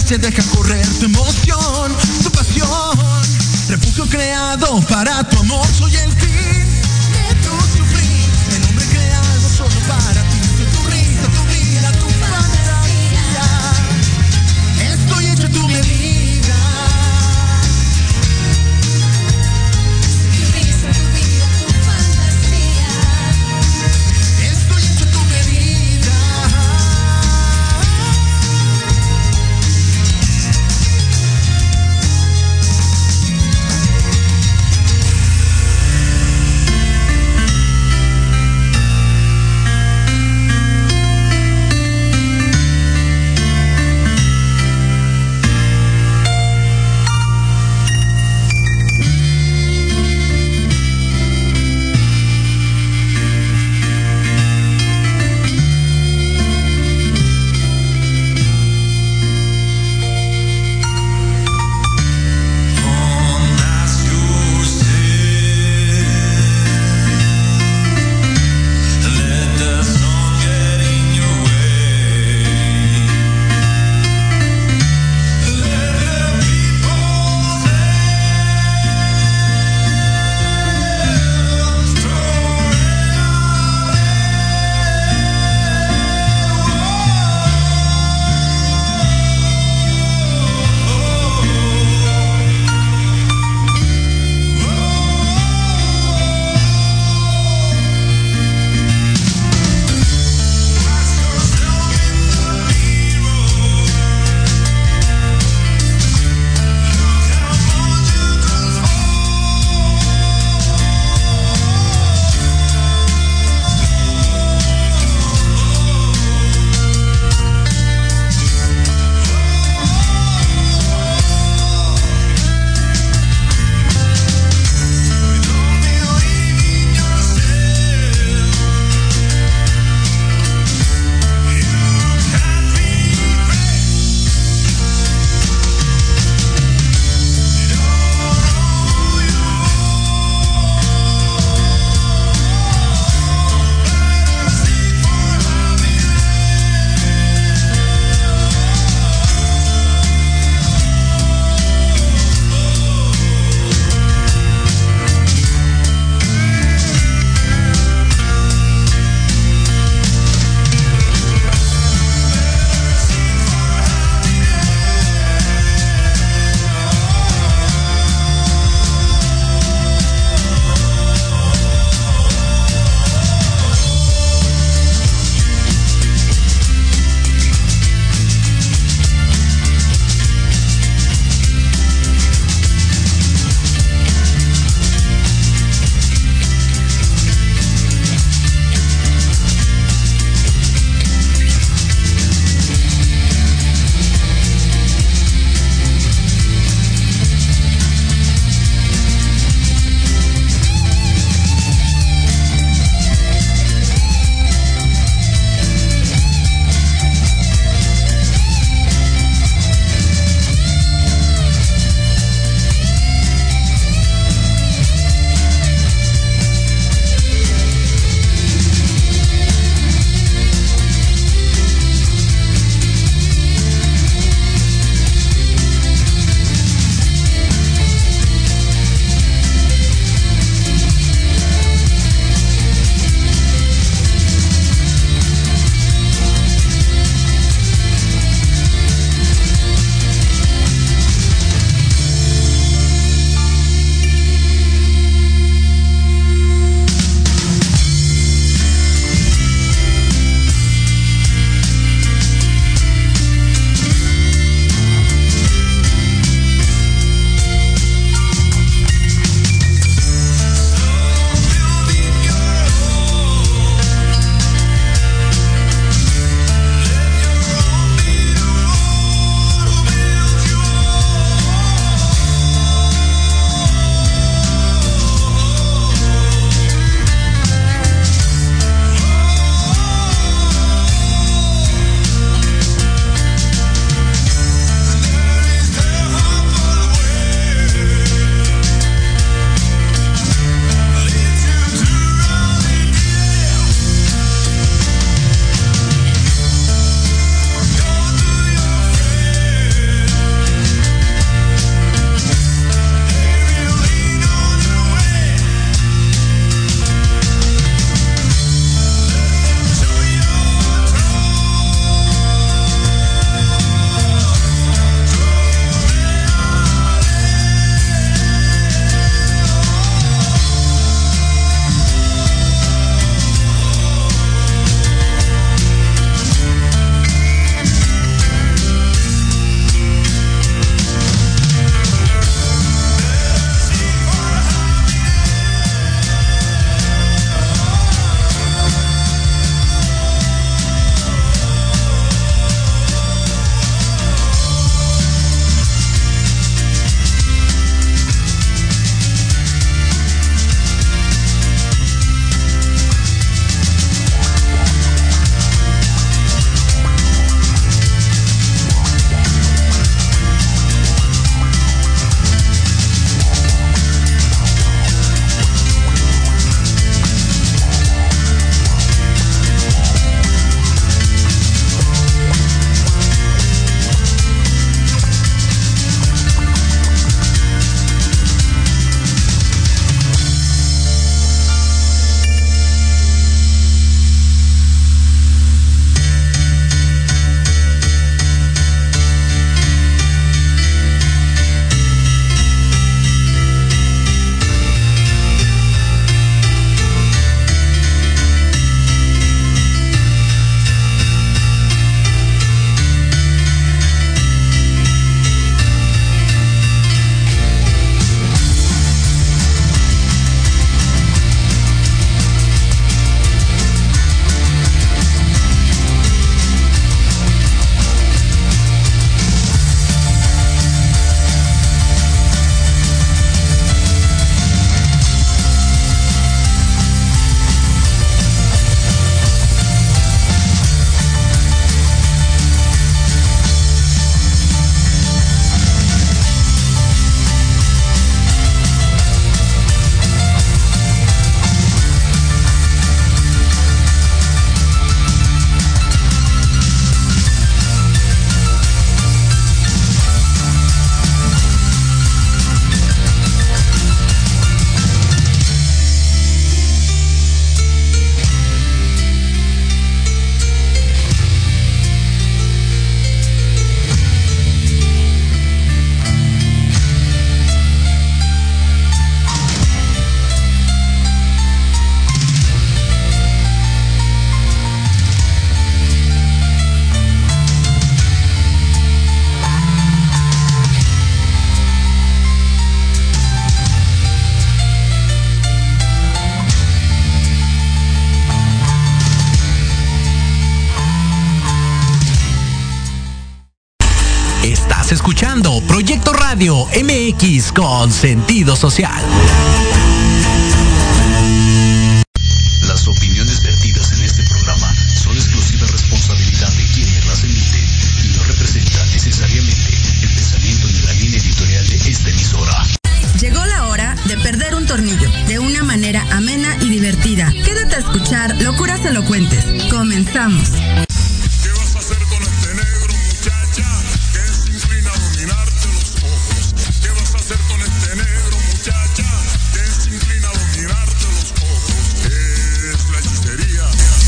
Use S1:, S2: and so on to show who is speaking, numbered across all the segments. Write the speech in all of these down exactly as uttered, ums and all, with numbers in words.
S1: se deja correr tu emoción, tu pasión. Refugio creado para tu amor, soy el fin de tu sufrir. El hombre creado solo para ti, soy tu risa, tu vida, tu fantasía. Estoy hecho a tu medida. Tu risa, tu vida, tu fantasía. Estoy hecho a tu medida. Estás escuchando Proyecto Radio M X con sentido social.
S2: Las opiniones vertidas en este programa son exclusiva responsabilidad de quienes las emiten y no representan necesariamente el pensamiento ni la línea editorial de esta emisora.
S3: Llegó la hora de perder un tornillo de una manera amena y divertida. Quédate a escuchar Locuras Elocuentes. Comenzamos.
S4: ¿Qué vas a hacer con este negro, muchacha? Que se inclina a dominarte los ojos. ¿Qué vas a hacer con este negro, muchacha? Que se inclina a dominarte los ojos. Es la hechicería.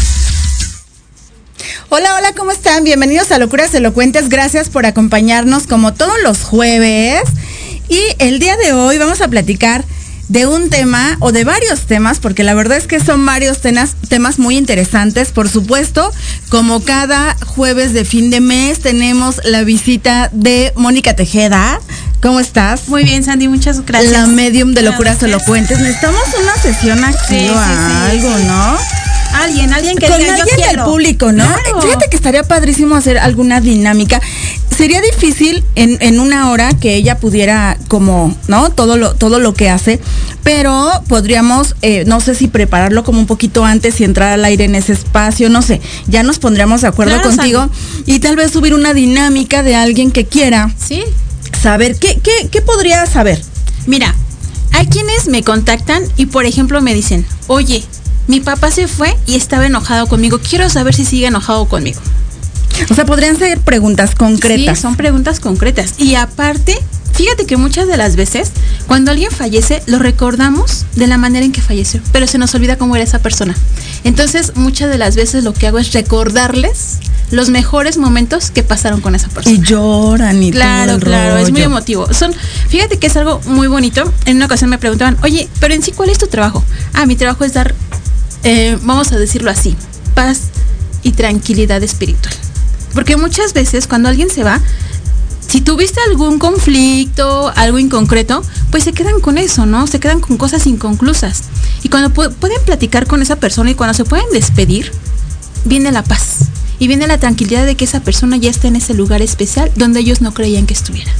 S5: Hola, hola, ¿cómo están? Bienvenidos a Locuras Elocuentes. Gracias por acompañarnos como todos los jueves. Y el día de hoy vamos a platicar de un tema o de varios temas, porque la verdad es que son varios temas, temas muy interesantes. Por supuesto, como cada jueves de fin de mes, tenemos la visita de Mónica Tejeda. ¿Cómo estás?
S6: Muy bien, Sandy, muchas gracias.
S5: La medium de Locuras
S6: Gracias.
S5: Elocuentes. Necesitamos una sesión aquí
S6: Sí,
S5: o
S6: sí, sí,
S5: algo,
S6: sí.
S5: ¿no?
S6: Alguien, alguien que
S5: Con
S6: diga, yo
S5: alguien del
S6: quiero.
S5: público, ¿no?
S6: Claro.
S5: Fíjate que estaría padrísimo hacer alguna dinámica. Sería difícil en, en una hora que ella pudiera como, ¿no? Todo lo, todo lo que hace, pero podríamos, eh, no sé si prepararlo como un poquito antes y entrar al aire en ese espacio, no sé. Ya nos pondríamos de acuerdo
S6: Claro,
S5: contigo y tal vez subir una dinámica de alguien que quiera
S6: Sí.
S5: saber. ¿Qué, qué, qué podría saber?
S6: Mira, hay quienes me contactan y, por ejemplo, me dicen, oye, mi papá se fue y estaba enojado conmigo. Quiero saber si sigue enojado conmigo.
S5: O sea, podrían ser preguntas concretas.
S6: Sí, son preguntas concretas. Y aparte, fíjate que muchas de las veces, cuando alguien fallece, lo recordamos de la manera en que falleció, pero se nos olvida cómo era esa persona. Entonces, muchas de las veces lo que hago es recordarles los mejores momentos que pasaron con esa persona.
S5: Y lloran y
S6: Claro,
S5: todo el
S6: claro, es muy
S5: rollo.
S6: emotivo. Son, fíjate que es algo muy bonito. En una ocasión me preguntaban, oye, pero en sí, ¿cuál es tu trabajo? Ah, mi trabajo es dar, eh, vamos a decirlo así, paz y tranquilidad espiritual. Porque muchas veces cuando alguien se va, si tuviste algún conflicto, algo inconcreto, pues se quedan con eso, ¿no? Se quedan con cosas inconclusas. Y cuando pu- pueden platicar con esa persona y cuando se pueden despedir, viene la paz. Y viene la tranquilidad de que esa persona ya está en ese lugar especial donde ellos no creían que estuviera.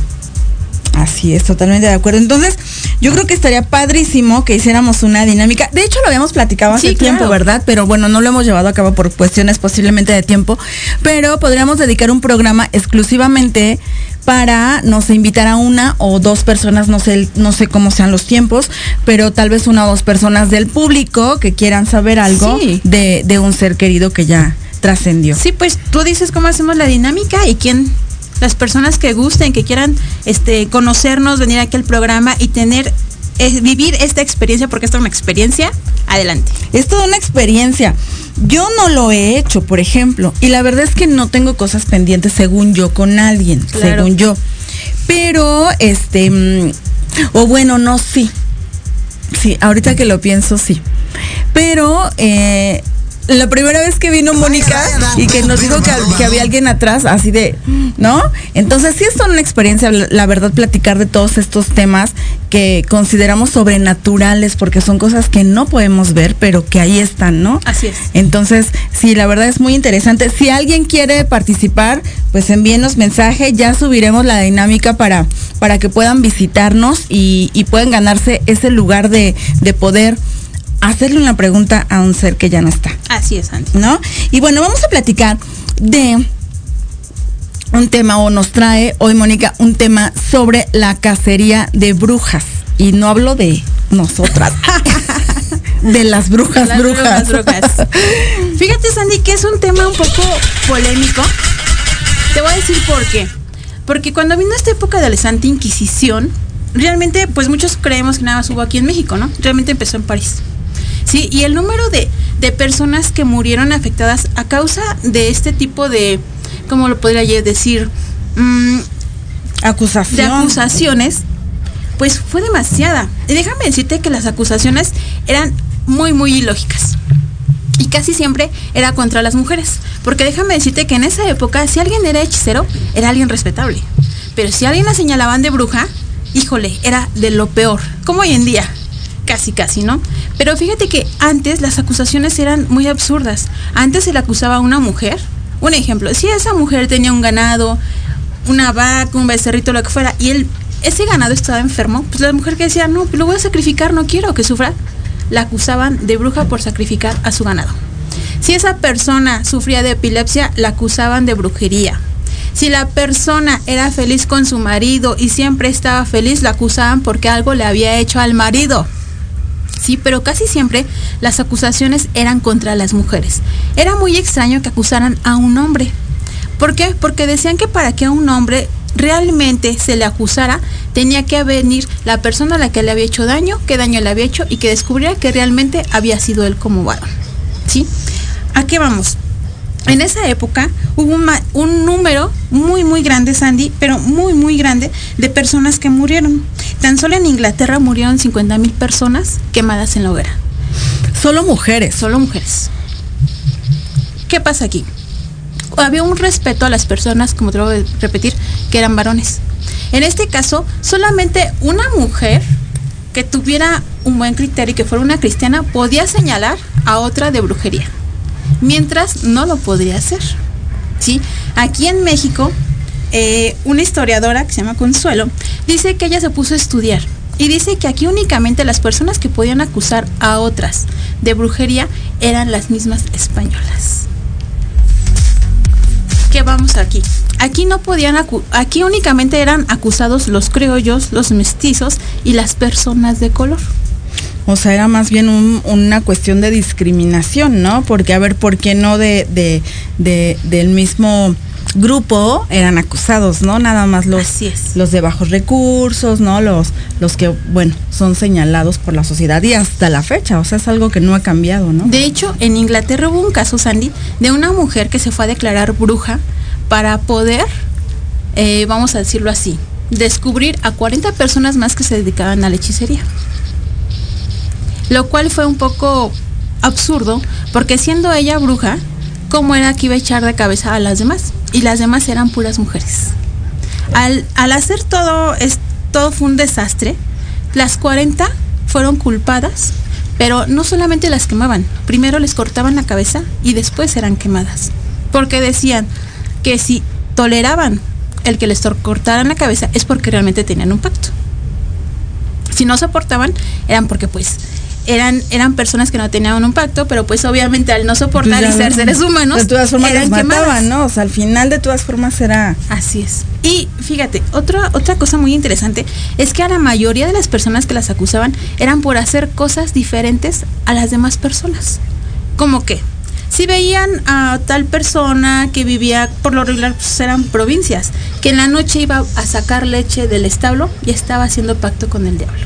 S5: Así es, totalmente de acuerdo. Entonces, yo creo que estaría padrísimo que hiciéramos una dinámica. De hecho, lo habíamos platicado hace
S6: Sí,
S5: tiempo,
S6: claro.
S5: ¿verdad? Pero bueno, no lo hemos llevado a cabo por cuestiones posiblemente de tiempo. Pero podríamos dedicar un programa exclusivamente para, no sé, invitar a una o dos personas, no sé, no sé cómo sean los tiempos, pero tal vez una o dos personas del público que quieran saber algo
S6: Sí.
S5: de, de un ser querido que ya trascendió.
S6: Sí, pues tú dices cómo hacemos la dinámica y quién, las personas que gusten, que quieran este conocernos, venir aquí al programa y tener, eh, vivir esta experiencia, porque esta es una experiencia, adelante.
S5: Es toda una experiencia. Yo no lo he hecho, por ejemplo, y la verdad es que no tengo cosas pendientes según yo con alguien,
S6: Claro.
S5: según yo. Pero, este, mm, o bueno, no, sí. Sí, ahorita que lo pienso, sí. Pero, eh, la primera vez que vino Mónica y que nos dijo que, que había alguien atrás, así de, ¿no? Entonces sí es toda una experiencia, la verdad, platicar de todos estos temas que consideramos sobrenaturales, porque son cosas que no podemos ver, pero que ahí están, ¿no?
S6: Así es.
S5: Entonces, sí, la verdad es muy interesante. Si alguien quiere participar, pues envíenos mensaje, ya subiremos la dinámica para, para que puedan visitarnos y, y puedan ganarse ese lugar de, de poder hacerle una pregunta a un ser que ya no está,
S6: Así es, Andy.
S5: ¿no? Y bueno, vamos a platicar de un tema, o nos trae hoy Mónica un tema sobre la cacería de brujas. Y no hablo de nosotras, de las brujas,
S6: Las
S5: brujas.
S6: brujas, brujas. Fíjate, Sandy, que es un tema un poco polémico. Te voy a decir por qué. Porque cuando vino esta época de la Santa Inquisición, realmente, pues muchos creemos que nada más hubo aquí en México, ¿no? Realmente empezó en París. Sí, y el número de, de personas que murieron afectadas a causa de este tipo de, ¿cómo lo podría yo decir? Mm,
S5: Acusación.
S6: de acusaciones, pues fue demasiada. Y déjame decirte que las acusaciones eran muy, muy ilógicas. Y casi siempre era contra las mujeres. Porque déjame decirte que en esa época, si alguien era hechicero, era alguien respetable. Pero si alguien la señalaban de bruja, híjole, era de lo peor. Como hoy en día. Casi, casi, ¿no? Pero fíjate que antes las acusaciones eran muy absurdas. Antes se le acusaba a una mujer. Un ejemplo, si esa mujer tenía un ganado, una vaca, un becerrito, lo que fuera, y él, ese ganado estaba enfermo, pues la mujer que decía, no, lo voy a sacrificar, no quiero que sufra, la acusaban de bruja por sacrificar a su ganado. Si esa persona sufría de epilepsia, la acusaban de brujería. Si la persona era feliz con su marido y siempre estaba feliz, la acusaban porque algo le había hecho al marido. Sí, pero casi siempre las acusaciones eran contra las mujeres. Era muy extraño que acusaran a un hombre. ¿Por qué? Porque decían que para que a un hombre realmente se le acusara, tenía que venir la persona a la que le había hecho daño, qué daño le había hecho y que descubriera que realmente había sido él como varón. ¿Sí? ¿A qué vamos? En esa época hubo un, un número muy muy grande, Sandy, pero muy muy grande de personas que murieron. Tan solo en Inglaterra murieron cincuenta mil personas quemadas en la hoguera.
S5: Solo mujeres.
S6: Solo mujeres. ¿Qué pasa aquí? Había un respeto a las personas, como te lo voy a repetir, que eran varones. En este caso, solamente una mujer que tuviera un buen criterio y que fuera una cristiana podía señalar a otra de brujería. Mientras no lo podría hacer. ¿Sí? Aquí en México, eh, una historiadora que se llama Consuelo dice que ella se puso a estudiar y dice que aquí únicamente las personas que podían acusar a otras de brujería eran las mismas españolas. ¿Qué vamos aquí? Aquí no podían acu- aquí únicamente eran acusados los criollos, los mestizos y las personas de color.
S5: O sea, era más bien un, una cuestión de discriminación, ¿no? Porque, a ver, ¿por qué no de, de, de del mismo grupo eran acusados, ¿no? Nada más los,
S6: Así es.
S5: los de bajos recursos, ¿no? Los, los que, bueno, son señalados por la sociedad y hasta la fecha, o sea, es algo que no ha cambiado, ¿no?
S6: De hecho, en Inglaterra hubo un caso, Sandy, de una mujer que se fue a declarar bruja para poder, eh, vamos a decirlo así, descubrir a cuarenta personas más que se dedicaban a la hechicería. Lo cual fue un poco absurdo, porque siendo ella bruja, ¿cómo era que iba a echar de cabeza a las demás? Y las demás eran puras mujeres. Al, al hacer todo, es, todo fue un desastre. Las cuarenta fueron culpadas, pero no solamente las quemaban, primero les cortaban la cabeza y después eran quemadas. Porque decían que si toleraban el que les cortaran la cabeza es porque realmente tenían un pacto. Si no soportaban, eran porque pues eran eran personas que no tenían un pacto, pero pues obviamente al no soportar
S5: Pues
S6: y ser seres humanos,
S5: de todas formas
S6: eran
S5: las mataban,
S6: quemadas.
S5: ¿no? O sea, al final de todas formas era...
S6: Así es. Y fíjate, otra otra cosa muy interesante es que a la mayoría de las personas que las acusaban eran por hacer cosas diferentes a las demás personas. ¿Cómo qué? Si veían a tal persona que vivía, por lo regular pues eran provincias, que en la noche iba a sacar leche del establo y estaba haciendo pacto con el diablo.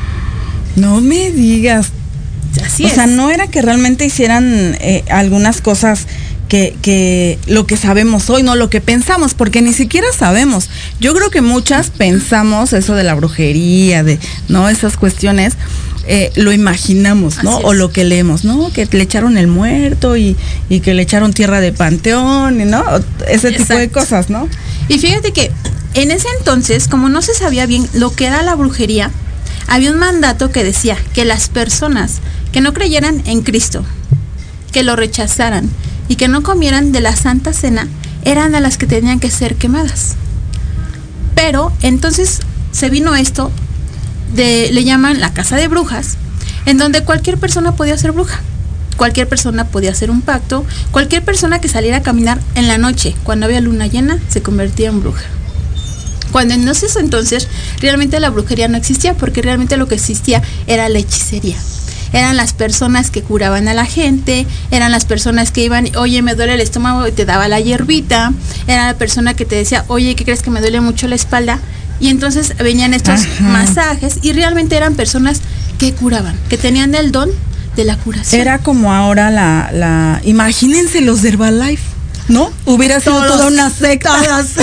S5: No me digas.
S6: Así
S5: o
S6: es.
S5: sea, no era que realmente hicieran eh, algunas cosas que, que lo que sabemos hoy, no lo que pensamos, porque ni siquiera sabemos. Yo creo que muchas pensamos eso de la brujería, de no esas cuestiones, eh, lo imaginamos, ¿no? O lo que leemos, ¿no? Que le echaron el muerto y, y que le echaron tierra de panteón, ¿no? Ese tipo de cosas, ¿no?
S6: Y fíjate que en ese entonces, como no se sabía bien lo que era la brujería, había un mandato que decía que las personas que no creyeran en Cristo, que lo rechazaran y que no comieran de la Santa Cena, eran a las que tenían que ser quemadas. Pero entonces se vino esto, de, le llaman la casa de brujas, en donde cualquier persona podía ser bruja. Cualquier persona podía hacer un pacto, cualquier persona que saliera a caminar en la noche, cuando había luna llena, se convertía en bruja. Cuando en ese entonces realmente la brujería no existía, porque realmente lo que existía era la hechicería. Eran las personas que curaban a la gente, eran las personas que iban, oye, me duele el estómago, y te daba la hierbita, era la persona que te decía, oye, ¿qué crees que me duele mucho la espalda? Y entonces venían estos
S5: Ajá.
S6: masajes y realmente eran personas que curaban, que tenían el don de la curación.
S5: Era como ahora la, la, imagínense los de Herbalife, ¿no? Hubiera sido
S6: Todos,
S5: toda una secta.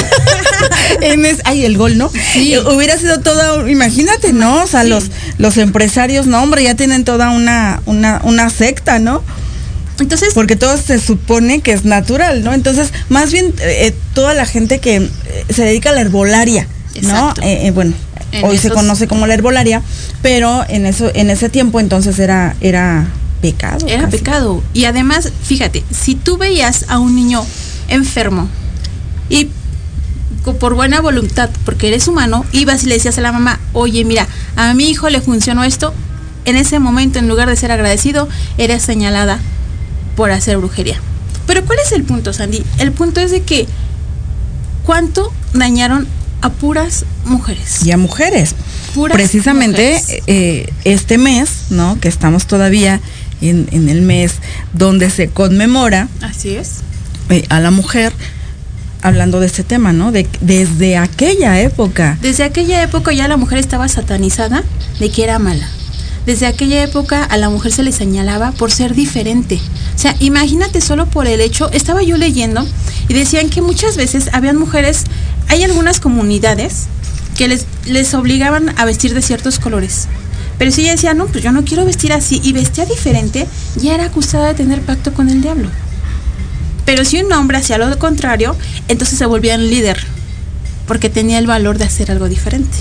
S5: En es, ay, el gol, ¿no?
S6: Sí.
S5: Eh, Hubiera sido toda, imagínate, ¿no? O sea,
S6: Sí.
S5: los, los empresarios, no, hombre, ya tienen toda una, una, una secta, ¿no?
S6: Entonces,
S5: Porque todo se supone que es natural, ¿no? Entonces, más bien, eh, toda la gente que eh, se dedica a la herbolaria, ¿no?
S6: Exacto.
S5: Eh, eh, bueno,
S6: En
S5: hoy se
S6: esos-
S5: conoce como la herbolaria, pero en eso, en ese tiempo entonces era, era pecado.
S6: era
S5: casi.
S6: pecado. Y además, fíjate, si tú veías a un niño enfermo y por buena voluntad, porque eres humano, ibas y le decías a la mamá, oye, mira, a mi hijo le funcionó esto, en ese momento, en lugar de ser agradecido, eres señalada por hacer brujería. Pero ¿cuál es el punto, Sandy? El punto es de que ¿cuánto dañaron a puras mujeres?
S5: Y a mujeres.
S6: Puras
S5: Precisamente
S6: mujeres.
S5: Eh, este mes, ¿no? Que estamos todavía en, en el mes donde se conmemora
S6: Así es.
S5: eh, a la mujer, hablando de este tema, ¿no? De, desde aquella época.
S6: Desde aquella época ya la mujer estaba satanizada de que era mala. Desde aquella época a la mujer se le señalaba por ser diferente. O sea, imagínate solo por el hecho, estaba yo leyendo y decían que muchas veces habían mujeres, hay algunas comunidades que les, les obligaban a vestir de ciertos colores. Pero si ella decía, no, pues yo no quiero vestir así, y vestía diferente, ya era acusada de tener pacto con el diablo. Pero si un hombre hacía lo contrario, entonces se volvía un líder, porque tenía el valor de hacer algo diferente.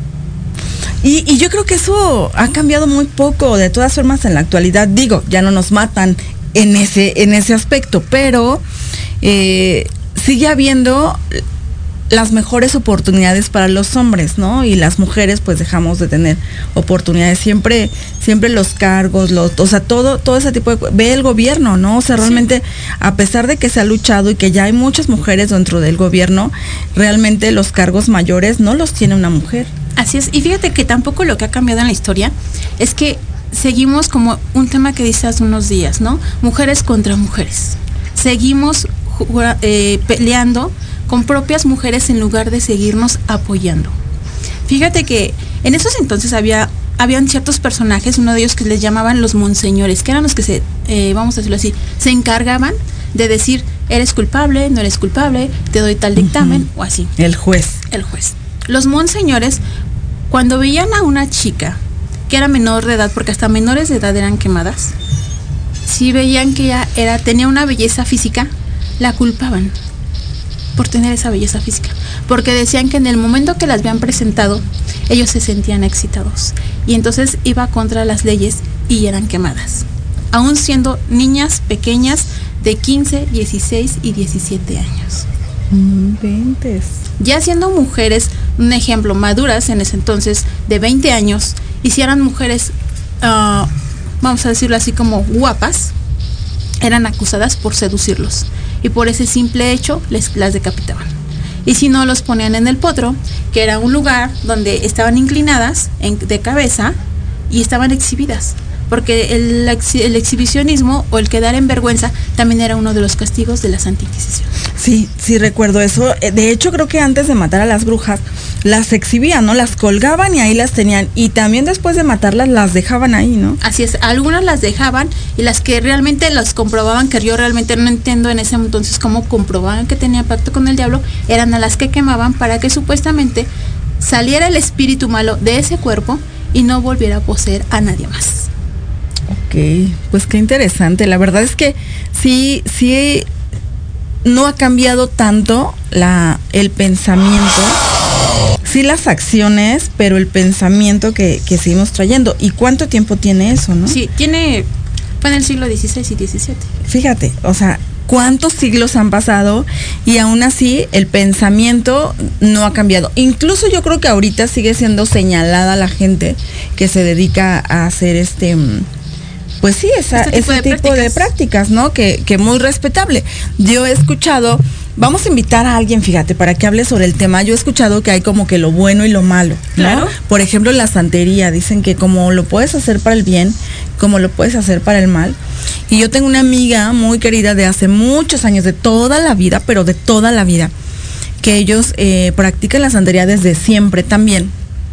S5: Y, y yo creo que eso ha cambiado muy poco, de todas formas en la actualidad, digo, ya no nos matan en ese, en ese aspecto, pero eh, sigue habiendo las mejores oportunidades para los hombres, ¿no? Y las mujeres pues dejamos de tener oportunidades, siempre, siempre los cargos, los, o sea, todo, todo ese tipo de, ve el gobierno, ¿no? O sea, realmente, sí. A pesar de que se ha luchado y que ya hay muchas mujeres dentro del gobierno, realmente los cargos mayores no los tiene una mujer.
S6: Así es, y fíjate que tampoco lo que ha cambiado en la historia es que seguimos como un tema que dice hace unos días, ¿no? Mujeres contra mujeres. Seguimos eh, peleando con propias mujeres en lugar de seguirnos apoyando. Fíjate que en esos entonces había habían ciertos personajes, uno de ellos que les llamaban los monseñores, que eran los que se, eh, vamos a decirlo así, se encargaban de decir, eres culpable, no eres culpable, te doy tal dictamen, uh-huh. o así.
S5: El juez.
S6: El juez. Los monseñores, cuando veían a una chica que era menor de edad, porque hasta menores de edad eran quemadas, si veían que ella era, tenía una belleza física, la culpaban por tener esa belleza física, porque decían que en el momento que las habían presentado, ellos se sentían excitados, y entonces iba contra las leyes y eran quemadas, aún siendo niñas pequeñas de quince, dieciséis y diecisiete años.
S5: Veintes.
S6: Ya siendo mujeres, un ejemplo, maduras en ese entonces, de veinte años, y si eran mujeres, uh, vamos a decirlo así, como guapas, eran acusadas por seducirlos, y por ese simple hecho les, las decapitaban. Y si no, los ponían en el potro, que era un lugar donde estaban inclinadas en, de cabeza y estaban exhibidas, porque el, el exhibicionismo o el quedar en vergüenza también era uno de los castigos de la Santa Inquisición.
S5: Sí, sí recuerdo eso. De hecho, creo que antes de matar a las brujas, las exhibían, ¿no? Las colgaban y ahí las tenían. Y también después de matarlas, las dejaban ahí, ¿no?
S6: Así es, algunas las dejaban, y las que realmente las comprobaban, que yo realmente no entiendo en ese entonces cómo comprobaban que tenía pacto con el diablo, eran a las que quemaban para que supuestamente saliera el espíritu malo de ese cuerpo y no volviera a poseer a nadie más.
S5: Ok, pues qué interesante. La verdad es que sí, sí, no ha cambiado tanto la, el pensamiento, sí las acciones, pero el pensamiento que, que seguimos trayendo. ¿Y cuánto tiempo tiene eso, no?
S6: Sí, tiene, fue en el siglo dieciséis y diecisiete.
S5: Fíjate, o sea, cuántos siglos han pasado y aún así el pensamiento no ha cambiado. Incluso yo creo que ahorita sigue siendo señalada la gente que se dedica a hacer este... Pues sí, esa, este tipo, ese de, tipo prácticas. de prácticas, ¿no? Que, que muy respetable. Yo he escuchado, vamos a invitar a alguien, fíjate, para que hable sobre el tema. Yo he escuchado que hay como que lo bueno y lo malo, ¿no? Claro. Por ejemplo, la santería, dicen que como lo puedes hacer para el bien, como lo puedes hacer para el mal. Y yo tengo una amiga muy querida de hace muchos años, de toda la vida, pero de toda la vida, que ellos eh, practican la santería desde siempre también.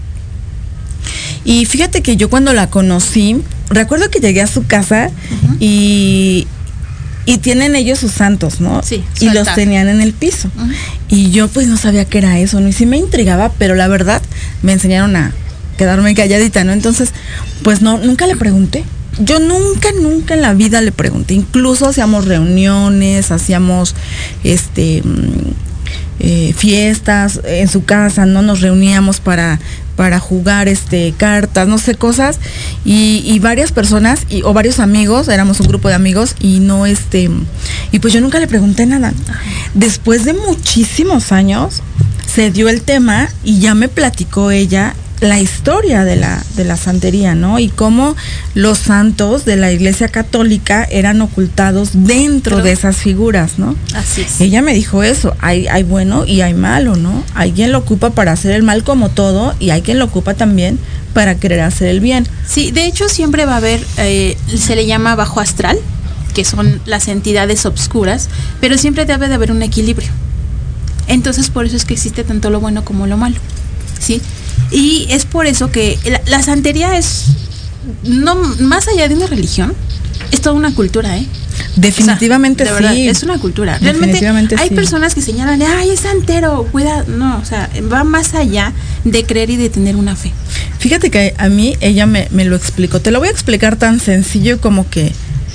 S5: Y fíjate que yo cuando la conocí, recuerdo que llegué a su casa, uh-huh. y, y tienen ellos sus santos, ¿no?
S6: Sí,
S5: y los altar. Tenían en el piso. Uh-huh. Y yo pues no sabía qué era eso, ¿no? Y sí me intrigaba, pero la verdad me enseñaron a quedarme calladita, ¿no? Entonces, pues no, nunca le pregunté. Yo nunca, nunca en la vida le pregunté. Incluso hacíamos reuniones, hacíamos este... Eh, fiestas en su casa, no nos reuníamos para para jugar este cartas, no sé, cosas, y, y varias personas y, o varios amigos, éramos un grupo de amigos, y no este y pues yo nunca le pregunté nada. Después de muchísimos años se dio el tema y ya me platicó ella la historia de la, de la santería, ¿no? Y cómo los santos de la Iglesia Católica eran ocultados dentro
S6: Pero,
S5: de esas figuras, ¿no?
S6: Así es.
S5: Ella me dijo eso, hay, hay bueno y hay malo, ¿no? Hay quien lo ocupa para hacer el mal como todo y hay quien lo ocupa también para querer hacer el bien.
S6: Sí, de hecho siempre va a haber, eh, se le llama bajo astral, que son las entidades obscuras, pero siempre debe de haber un equilibrio. Entonces por eso es que existe tanto lo bueno como lo malo, ¿sí? Y es por eso que la, la santería es, no más allá de una religión, es toda una cultura, ¿eh?
S5: Definitivamente,
S6: o sea, de verdad,
S5: sí.
S6: es una cultura. Realmente hay
S5: sí.
S6: personas que señalan, ay, es santero, cuida. No, o sea, va más allá de creer y de tener una fe.
S5: Fíjate que a mí ella me, me lo explicó. Te lo voy a explicar tan sencillo como que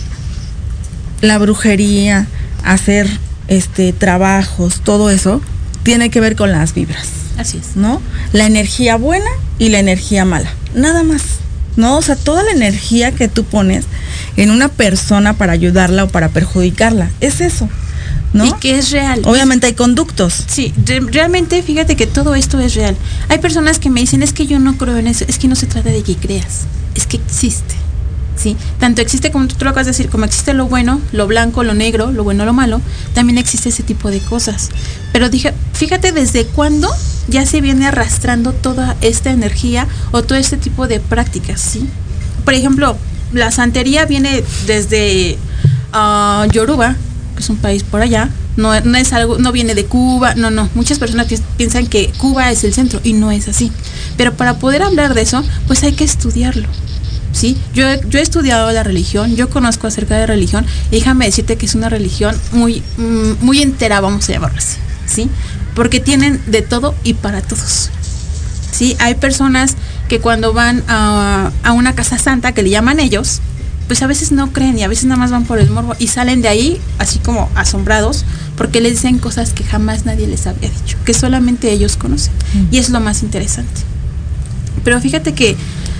S5: la brujería, hacer este trabajos, todo eso tiene que ver con las vibras.
S6: Así es.
S5: ¿No? La energía buena y la energía mala. Nada más. ¿No? O sea, toda la energía que tú pones en una persona para ayudarla o para perjudicarla, es eso, ¿no?
S6: Y que es real.
S5: Obviamente hay conductos.
S6: Sí, re- realmente fíjate que todo esto es real. Hay personas que me dicen, es que yo no creo en eso, es que no se trata de que creas, es que existe. ¿Sí? Tanto existe, como tú lo acabas de decir, como existe lo bueno, lo blanco, lo negro, lo bueno, lo malo, también existe ese tipo de cosas. Pero dije, fíjate desde cuándo ya se viene arrastrando toda esta energía o todo este tipo de prácticas, ¿sí? Por ejemplo, la santería viene desde uh, Yoruba, que es un país por allá. No, no es algo, no viene de Cuba, no, no. Muchas personas pi- piensan que Cuba es el centro y no es así. Pero para poder hablar de eso, pues hay que estudiarlo. ¿Sí? Yo, yo he estudiado la religión, yo conozco acerca de religión y déjame decirte que es una religión muy, muy entera, vamos a llamarlo así, ¿sí? Porque tienen de todo y para todos, ¿sí? Hay personas que cuando van a, a una casa santa, que le llaman ellos, pues a veces no creen y a veces nada más van por el morbo y salen de ahí así como asombrados porque les dicen cosas que jamás nadie les había dicho, que solamente ellos conocen. Mm. Y es lo más interesante. Pero fíjate que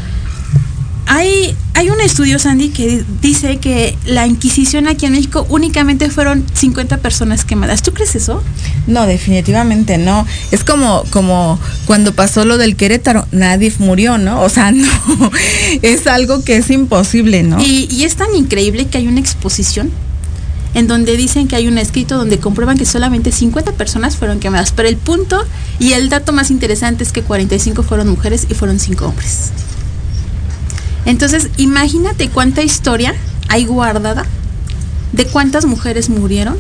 S6: Hay, hay un estudio, Sandy, que dice que la Inquisición aquí en México únicamente fueron cincuenta personas quemadas. ¿Tú crees eso?
S5: No, definitivamente no. Es como, como cuando pasó lo del Querétaro, nadie murió, ¿no? O sea, no, es algo que es imposible, ¿no?
S6: Y, y es tan increíble que hay una exposición en donde dicen que hay un escrito donde comprueban que solamente cincuenta personas fueron quemadas. Pero el punto y el dato más interesante es que cuarenta y cinco fueron mujeres y fueron cinco hombres. Entonces, imagínate cuánta historia hay guardada de cuántas mujeres murieron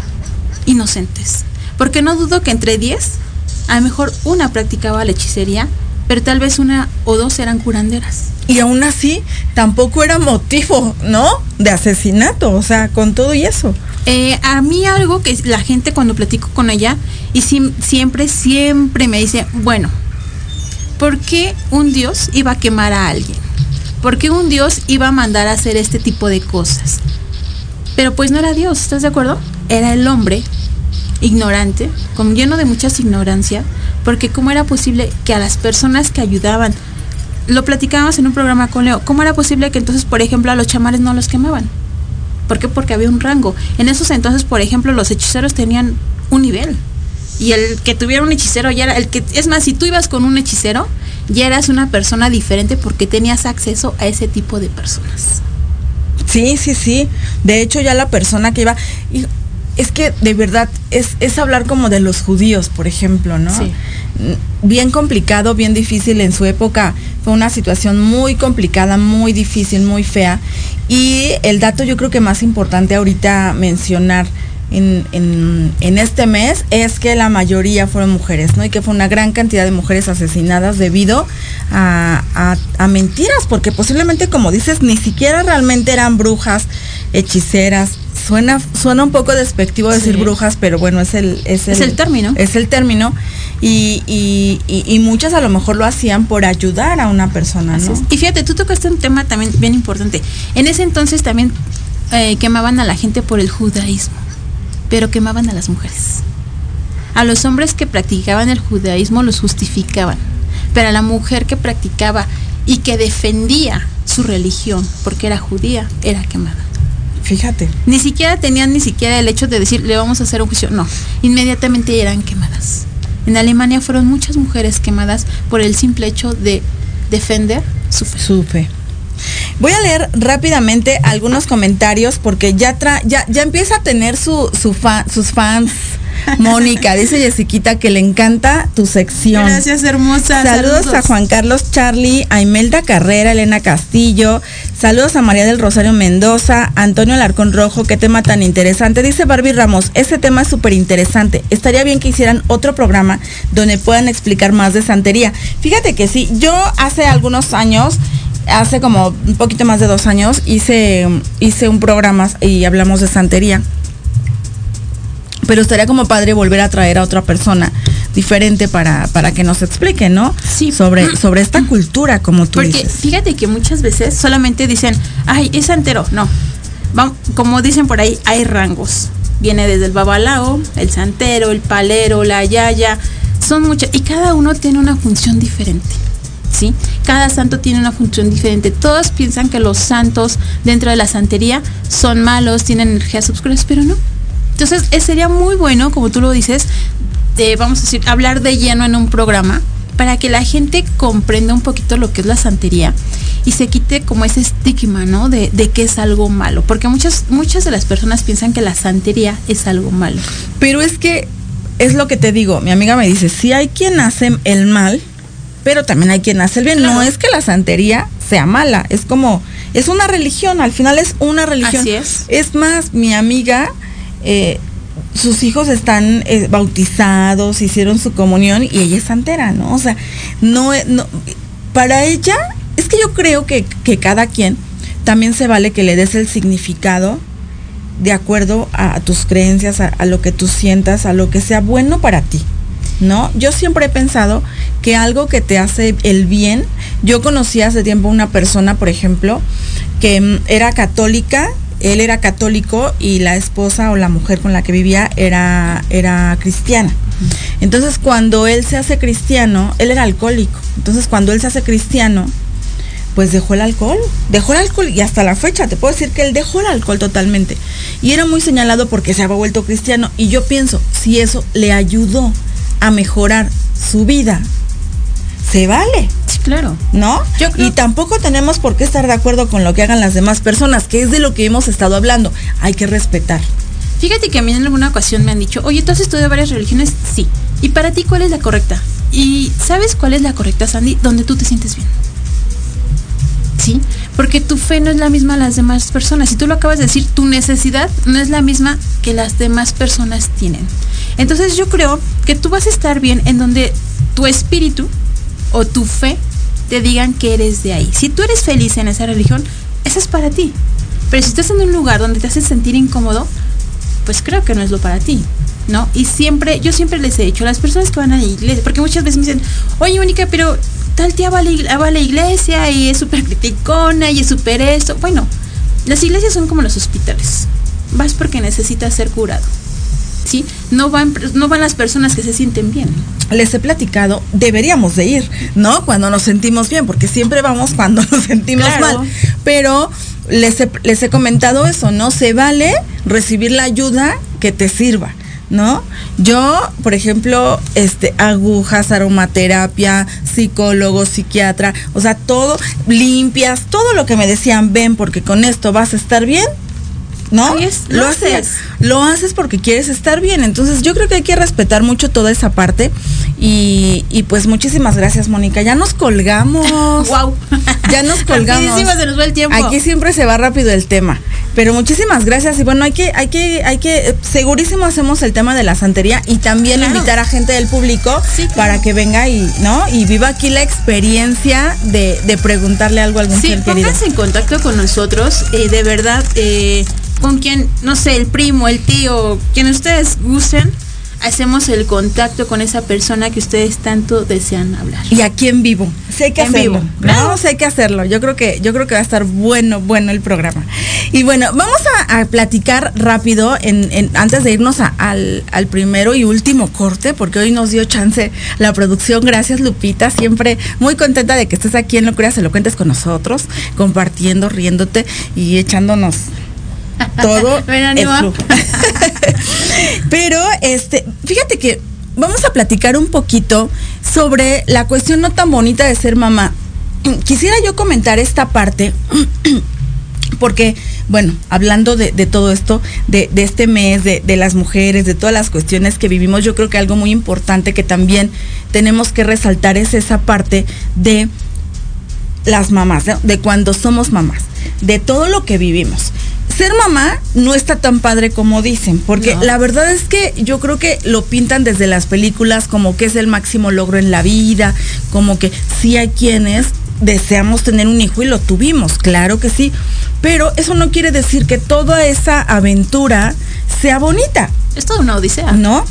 S6: inocentes. Porque no dudo que entre diez, a lo mejor una practicaba la hechicería, pero tal vez una o dos eran curanderas.
S5: Y aún así, tampoco era motivo, ¿no? De asesinato, o sea, con todo y eso.
S6: Eh, a mí algo que la gente cuando platico con ella, y si, siempre, siempre me dice, bueno, ¿por qué un dios iba a quemar a alguien? ¿Por qué un dios iba a mandar a hacer este tipo de cosas? Pero pues no era Dios, ¿estás de acuerdo? Era el hombre ignorante, con lleno de muchas ignorancia, porque cómo era posible que a las personas que ayudaban, lo platicábamos en un programa con Leo, ¿cómo era posible que entonces, por ejemplo, a los chamanes no los quemaban? ¿Por qué? Porque había un rango. En esos entonces, por ejemplo, los hechiceros tenían un nivel. Y el que tuviera un hechicero ya era el que, es más, si tú ibas con un hechicero, ya eras una persona diferente porque tenías acceso a ese tipo de personas.
S5: Sí, sí, sí. De hecho, ya la persona que iba, y es que de verdad es, es hablar como de los judíos, por ejemplo, ¿no?
S6: Sí.
S5: Bien complicado, bien difícil en su época. Fue una situación muy complicada, muy difícil, muy fea. Y el dato yo creo que más importante ahorita mencionar En, en, en este mes es que la mayoría fueron mujeres, ¿no? Y que fue una gran cantidad de mujeres asesinadas debido a, a, a mentiras, porque posiblemente, como dices, ni siquiera realmente eran brujas, hechiceras. Suena, suena un poco despectivo decir sí. brujas, pero bueno, es el, es el,
S6: es el término.
S5: Es el término. Y, y, y, y muchas a lo mejor lo hacían por ayudar a una persona, ¿no?
S6: Y fíjate, tú tocaste un tema también bien importante. En ese entonces también eh, quemaban a la gente por el judaísmo, pero quemaban a las mujeres. A los hombres que practicaban el judaísmo los justificaban, pero a la mujer que practicaba y que defendía su religión porque era judía, era quemada.
S5: Fíjate.
S6: Ni siquiera tenían ni siquiera el hecho de decir, le vamos a hacer un juicio. No, inmediatamente eran quemadas. En Alemania fueron muchas mujeres quemadas por el simple hecho de defender su fe.
S5: Su fe. Voy a leer rápidamente algunos comentarios porque ya tra ya, ya empieza a tener su, su fa sus fans. Mónica, dice Jessiquita que le encanta tu sección.
S6: Gracias, hermosa.
S5: Saludos, Saludos a Juan Carlos Charlie, a Imelda Carrera, Elena Castillo. Saludos a María del Rosario Mendoza, Antonio Alarcón Rojo, qué tema tan interesante. Dice Barbie Ramos, ese tema es súper interesante. Estaría bien que hicieran otro programa donde puedan explicar más de santería. Fíjate que sí, yo hace algunos años, hace como un poquito más de dos años, hice, hice un programa y hablamos de santería. Pero estaría como padre volver a traer a otra persona diferente para, para que nos explique, ¿no?
S6: Sí.
S5: Sobre, sobre esta cultura, como tú
S6: Porque
S5: dices.
S6: Fíjate que muchas veces solamente dicen, ay, es santero. No. Vamos, como dicen por ahí, hay rangos. Viene desde el babalao, el santero, el palero, la yaya. Son muchas. Y cada uno tiene una función diferente. ¿Sí? Cada santo tiene una función diferente. Todos piensan que los santos dentro de la santería son malos, tienen energías oscuras, pero no. Entonces, eh, sería muy bueno, como tú lo dices, de, vamos a decir, hablar de lleno en un programa para que la gente comprenda un poquito lo que es la santería y se quite como ese estigma, ¿no? De, de que es algo malo. Porque muchas, muchas de las personas piensan que la santería es algo malo.
S5: Pero es que es lo que te digo, mi amiga me dice, sí hay quien hace el mal, pero también hay quien hace el bien. Claro. No es que la santería sea mala, es como, es una religión, al final es una religión.
S6: Así es.
S5: Es más, mi amiga... Eh, sus hijos están eh, bautizados, hicieron su comunión y ella es santera, ¿no? O sea, no, no para ella, es que yo creo que, que cada quien también se vale que le des el significado de acuerdo a, a tus creencias, a, a lo que tú sientas, a lo que sea bueno para ti, ¿no? Yo siempre he pensado que algo que te hace el bien, yo conocí hace tiempo una persona, por ejemplo, que mm, era católica. Él era católico y la esposa o la mujer con la que vivía era, era cristiana. Entonces, cuando él se hace cristiano, él era alcohólico. Entonces, cuando él se hace cristiano, pues dejó el alcohol. Dejó el alcohol y hasta la fecha te puedo decir que él dejó el alcohol totalmente. Y era muy señalado porque se había vuelto cristiano. Y yo pienso, si eso le ayudó a mejorar su vida, se vale.
S6: Sí, claro.
S5: ¿No?
S6: Yo creo...
S5: Y tampoco tenemos por qué estar de acuerdo con lo que hagan las demás personas, que es de lo que hemos estado hablando. Hay que respetar.
S6: Fíjate que a mí en alguna ocasión me han dicho, oye, ¿tú has estudiado varias religiones? Sí. ¿Y para ti cuál es la correcta? ¿Y sabes cuál es la correcta, Sandy? Donde tú te sientes bien. ¿Sí? Porque tu fe no es la misma a las demás personas. Si tú lo acabas de decir, tu necesidad no es la misma que las demás personas tienen. Entonces yo creo que tú vas a estar bien en donde tu espíritu o tu fe te digan que eres de ahí. Si tú eres feliz en esa religión, esa es para ti. Pero si estás en un lugar donde te hace sentir incómodo, pues creo que no es lo para ti, ¿no? Y siempre, yo siempre les he dicho a las personas que van a la iglesia, porque muchas veces me dicen, oye, Mónica, pero tal tía va a la, va a la iglesia y es súper criticona y es súper esto. Bueno, las iglesias son como los hospitales. Vas porque necesitas ser curado. ¿Sí? No van, no van las personas que se sienten bien.
S5: Les he platicado, deberíamos de ir, ¿no? Cuando nos sentimos bien, porque siempre vamos cuando nos sentimos
S6: claro.
S5: mal. Pero les he, les he comentado eso, ¿no? Se vale recibir la ayuda que te sirva, ¿no? Yo, por ejemplo, este, agujas, aromaterapia, psicólogo, psiquiatra, o sea, todo, limpias, todo lo que me decían, ven, porque con esto vas a estar bien. ¿No?
S6: Es, lo,
S5: lo haces. haces. Lo haces porque quieres estar bien. Entonces yo creo que hay que respetar mucho toda esa parte. Y, y pues muchísimas gracias, Mónica. Ya nos colgamos.
S6: Wow.
S5: Ya nos colgamos.
S6: Rapidísimo se nos va el tiempo.
S5: Aquí siempre se va rápido el tema. Pero muchísimas gracias. Y bueno, hay que, hay que, hay que, segurísimo hacemos el tema de la santería y también claro. invitar a gente del público sí, claro. para que venga y, ¿no? Y viva aquí la experiencia de, de preguntarle algo a algún
S6: sí,
S5: ser querido.
S6: Pónganse en contacto con nosotros. Eh, de verdad, eh, con quien, no sé, el primo, el tío, quien ustedes gusten, hacemos el contacto con esa persona que ustedes tanto desean hablar.
S5: Y aquí en vivo. Sí hay que
S6: en
S5: hacerlo.
S6: Vivo.
S5: No, sí hay que hacerlo. Yo creo que, yo creo que va a estar bueno, bueno el programa. Y bueno, vamos a, a platicar rápido en, en, antes de irnos a, al, al primero y último corte, porque hoy nos dio chance la producción. Gracias, Lupita. Siempre muy contenta de que estés aquí en Locura Se Lo Cuentes con nosotros, compartiendo, riéndote y echándonos todo el flujo. Pero este, fíjate que vamos a platicar un poquito sobre la cuestión no tan bonita de ser mamá. Quisiera yo comentar esta parte, porque, bueno, hablando de, de todo esto, de, de este mes, de, de las mujeres, de todas las cuestiones que vivimos, yo creo que algo muy importante que también tenemos que resaltar es esa parte de las mamás, ¿no? De cuando somos mamás, de todo lo que vivimos. Ser mamá no está tan padre como dicen, porque no. La verdad es que yo creo que lo pintan desde las películas como que es el máximo logro en la vida, como que sí hay quienes deseamos tener un hijo y lo tuvimos, claro que sí, pero eso no quiere decir que toda esa aventura sea bonita.
S6: Es toda una odisea,
S5: ¿no?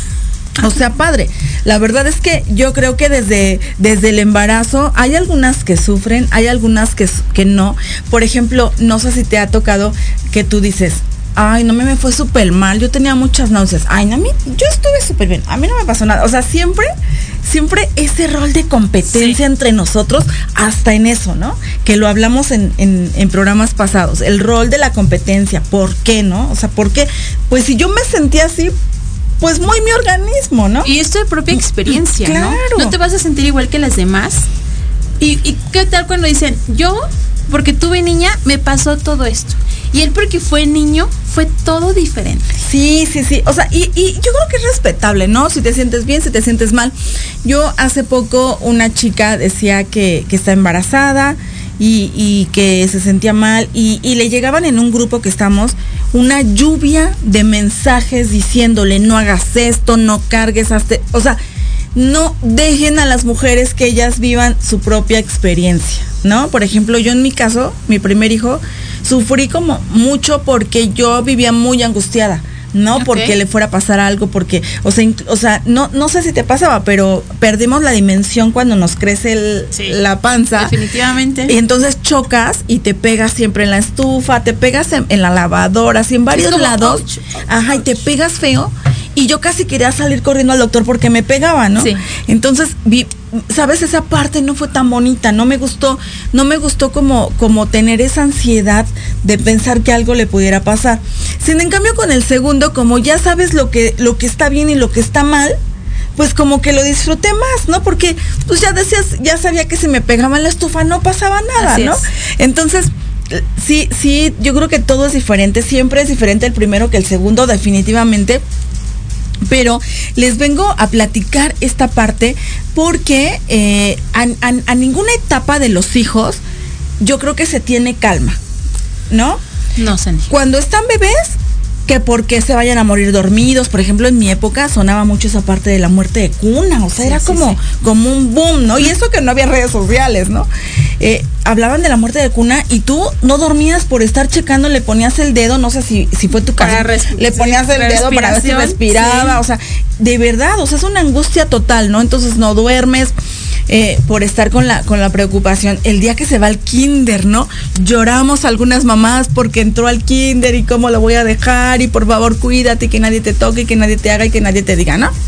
S5: O sea, padre, la verdad es que yo creo que desde, desde el embarazo hay algunas que sufren, hay algunas que, que no. Por ejemplo, no sé si te ha tocado que tú dices, ay, no me, me fue súper mal, yo tenía muchas náuseas. Ay, no, a mí, yo estuve súper bien, a mí no me pasó nada. O sea, siempre, siempre ese rol de competencia sí. entre nosotros, hasta en eso, ¿no? Que lo hablamos en, en, en programas pasados, el rol de la competencia. ¿Por qué, no? O sea, ¿por qué? Pues si yo me sentía así, pues muy mi organismo, ¿no?
S6: Y esto de propia experiencia,
S5: claro.
S6: ¿no? No te vas a sentir igual que las demás. Y, y qué tal cuando dicen, yo, porque tuve niña, me pasó todo esto. Y él, porque fue niño, fue todo diferente.
S5: Sí, sí, sí. O sea, y, y yo creo que es respetable, ¿no? Si te sientes bien, si te sientes mal. Yo hace poco, una chica decía que, que está embarazada y, y que se sentía mal. Y, y le llegaban en un grupo que estamos una lluvia de mensajes diciéndole, no hagas esto, no cargues hasta... O sea, no dejen a las mujeres que ellas vivan su propia experiencia, ¿no? Por ejemplo, yo en mi caso, mi primer hijo, sufrí como mucho porque yo vivía muy angustiada, ¿no? Okay. Porque le fuera a pasar algo, porque, o sea, inc- o sea no, no sé si te pasaba, pero perdimos la dimensión cuando nos crece el,
S6: sí,
S5: la panza.
S6: Definitivamente.
S5: Y entonces chocas y te pegas siempre en la estufa, te pegas en, en la lavadora, así en varios lados. Ouch, ouch, ajá, ouch. Y te pegas feo. Y yo casi quería salir corriendo al doctor porque me pegaba, ¿no? Sí. Entonces, vi, ¿sabes? Esa parte no fue tan bonita, no me gustó, no me gustó como, como tener esa ansiedad de pensar que algo le pudiera pasar. Sin en cambio con el segundo, como ya sabes lo que, lo que está bien y lo que está mal, pues como que lo disfruté más, ¿no? Porque pues ya decías, ya sabía que si me pegaba en la estufa no pasaba nada, así ¿no? Es. Entonces, sí, sí, yo creo que todo es diferente, siempre es diferente el primero que el segundo, definitivamente. Pero les vengo a platicar esta parte porque eh, a, a, a ninguna etapa de los hijos yo creo que se tiene calma, ¿no?
S6: No sé.
S5: Cuando están bebés, que porque se vayan a morir dormidos. Por ejemplo, en mi época sonaba mucho esa parte de la muerte de cuna, o sea, sí, era sí, como, sí. como un boom, ¿no? Y eso que no había redes sociales, ¿no? Eh, hablaban de la muerte de cuna y tú no dormías por estar checando, le ponías el dedo, no sé si, si fue tu caso, le ponías el dedo para ver si respiraba, sí. O sea, de verdad, o sea, es una angustia total, ¿no? Entonces no duermes. Eh, por estar con la con la preocupación. El día que se va al kinder, ¿no? Lloramos algunas mamás porque entró al kinder y cómo lo voy a dejar y por favor cuídate y que nadie te toque y que nadie te haga y que nadie te diga, ¿no?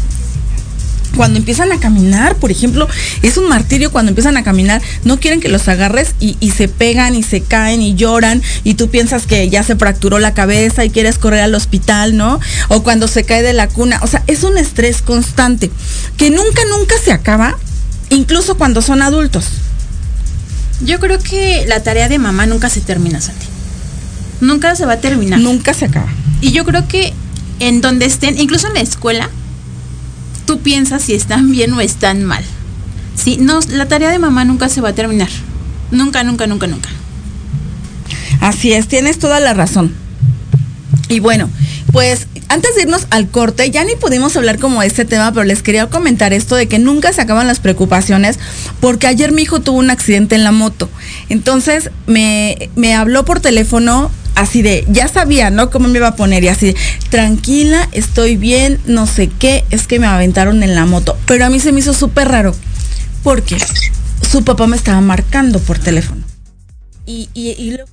S5: Cuando empiezan a caminar, por ejemplo, es un martirio cuando empiezan a caminar, no quieren que los agarres y, y se pegan y se caen y lloran y tú piensas que ya se fracturó la cabeza y quieres correr al hospital, ¿no? O cuando se cae de la cuna, o sea, es un estrés constante que nunca, nunca se acaba. Incluso cuando son adultos.
S6: Yo creo que la tarea de mamá nunca se termina, Sandy. Nunca se va a terminar.
S5: Nunca se acaba.
S6: Y yo creo que en donde estén, incluso en la escuela, tú piensas si están bien o están mal. Sí, no, la tarea de mamá nunca se va a terminar. Nunca, nunca, nunca, nunca.
S5: Así es, tienes toda la razón. Y bueno, pues antes de irnos al corte, ya ni pudimos hablar como de este tema, pero les quería comentar esto de que nunca se acaban las preocupaciones, porque ayer mi hijo tuvo un accidente en la moto. Entonces me, me habló por teléfono así de, ya sabía, ¿no? Cómo me iba a poner y así de, tranquila, estoy bien, no sé qué, es que me aventaron en la moto. Pero a mí se me hizo súper raro, porque su papá me estaba marcando por teléfono. Y, y, y lo...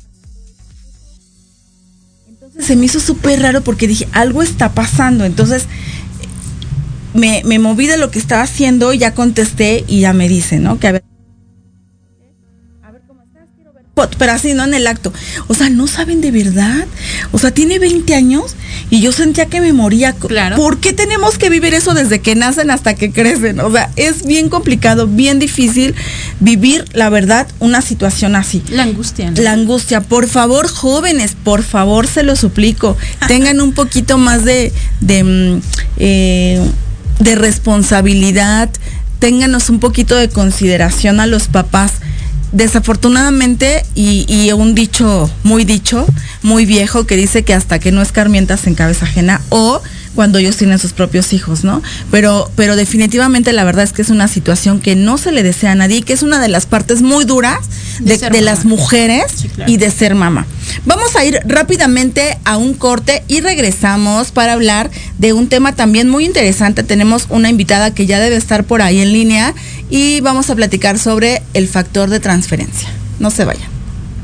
S5: se me hizo súper raro porque dije, algo está pasando. Entonces me, me moví de lo que estaba haciendo, ya contesté y ya me dice, ¿no? Que a ver, a ver cómo estás, quiero ver pot, pero así, no en el acto. O sea, no saben de verdad. O sea, tiene veinte años y yo sentía que me moría.
S6: Claro.
S5: ¿Por qué tenemos que vivir eso desde que nacen hasta que crecen? O sea, es bien complicado, bien difícil vivir, la verdad, una situación así.
S6: La angustia, ¿no?
S5: La angustia. Por favor, jóvenes, por favor, se lo suplico. Tengan un poquito más de, de, eh, de responsabilidad. Ténganos un poquito de consideración a los papás. Desafortunadamente, y, y un dicho, muy dicho, muy viejo, que dice que hasta que no escarmientas en cabeza ajena, o cuando ellos tienen sus propios hijos, ¿no? Pero, pero definitivamente la verdad es que es una situación que no se le desea a nadie, que es una de las partes muy duras de, de, de las mujeres, sí, claro, y de ser mamá. Vamos a ir rápidamente a un corte y regresamos para hablar de un tema también muy interesante. Tenemos una invitada que ya debe estar por ahí en línea y vamos a platicar sobre el factor de transferencia. No se vayan.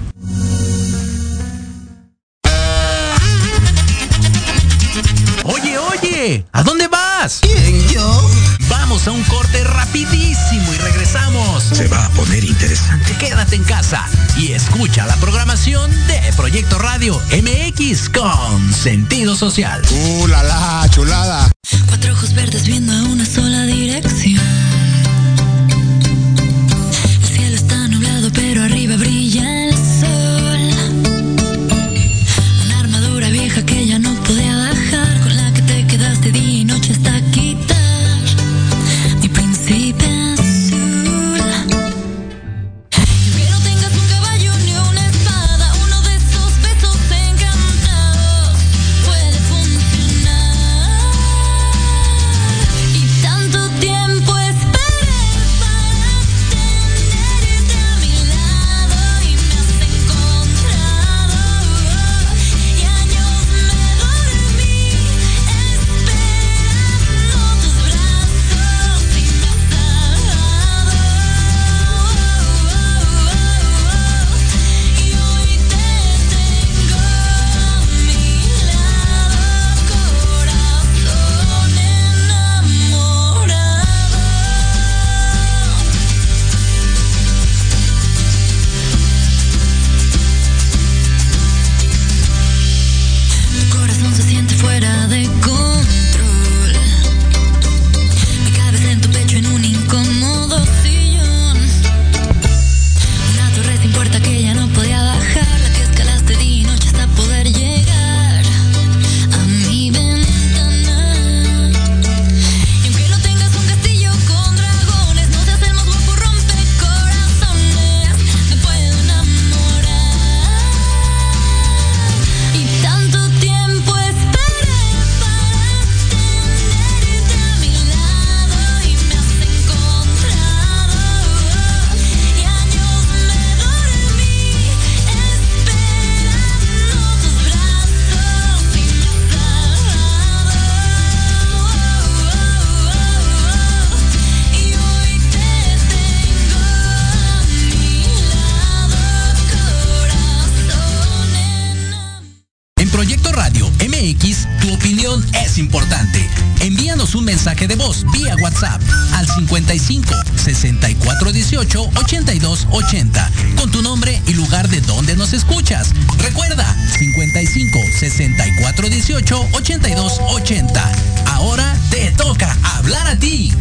S7: ¿A dónde vas?
S1: ¿Quién, yo?
S7: Vamos a un corte rapidísimo y regresamos.
S1: Se va a poner interesante.
S7: Quédate en casa y escucha la programación de Proyecto Radio M X con sentido social.
S1: ¡Uh, la, la chulada!
S8: Cuatro ojos verdes viendo a una sola dirección. El cielo está nublado, pero arriba brilla el sol. Una armadura vieja que ya no podía bajar, con la que te quedaste día y noche hasta quitar mi príncipe azul. Y que no tengas un caballo ni una espada, uno de esos besos encantados puede funcionar. Y tanto tiempo esperé para tenerte a mi lado y me has encontrado. Y años me dormí esperando tus brazos y me has dado. Y hoy te tengo a mi lado, corazón enamorado. Mi corazón se siente fuera de control. Me cabes en tu pecho en un incómodo sillón. Una torre sin puerta que ya no podía bajar, la que escalaste día y noche hasta poder llegar a mi ventana. Y aunque no tengas un castillo con dragones, no seas el más guapo rompecorazones, me puedo enamorar. Y tanto tiempo esperé para tenerte a mi lado y me has encontrado. Y años me dormí esperando tus brazos y me has dado. Y hoy te tengo a mi lado, corazón enamorado.
S7: En Proyecto Radio M X, tu opinión es importante. Envíanos un mensaje de voz vía WhatsApp al cincuenta y cinco, sesenta y cuatro dieciocho, ochenta y dos ochenta con tu nombre y lugar de donde nos escuchas. Recuerda, cincuenta y cinco, sesenta y cuatro dieciocho, ochenta y dos ochenta. Ahora te toca hablar a ti.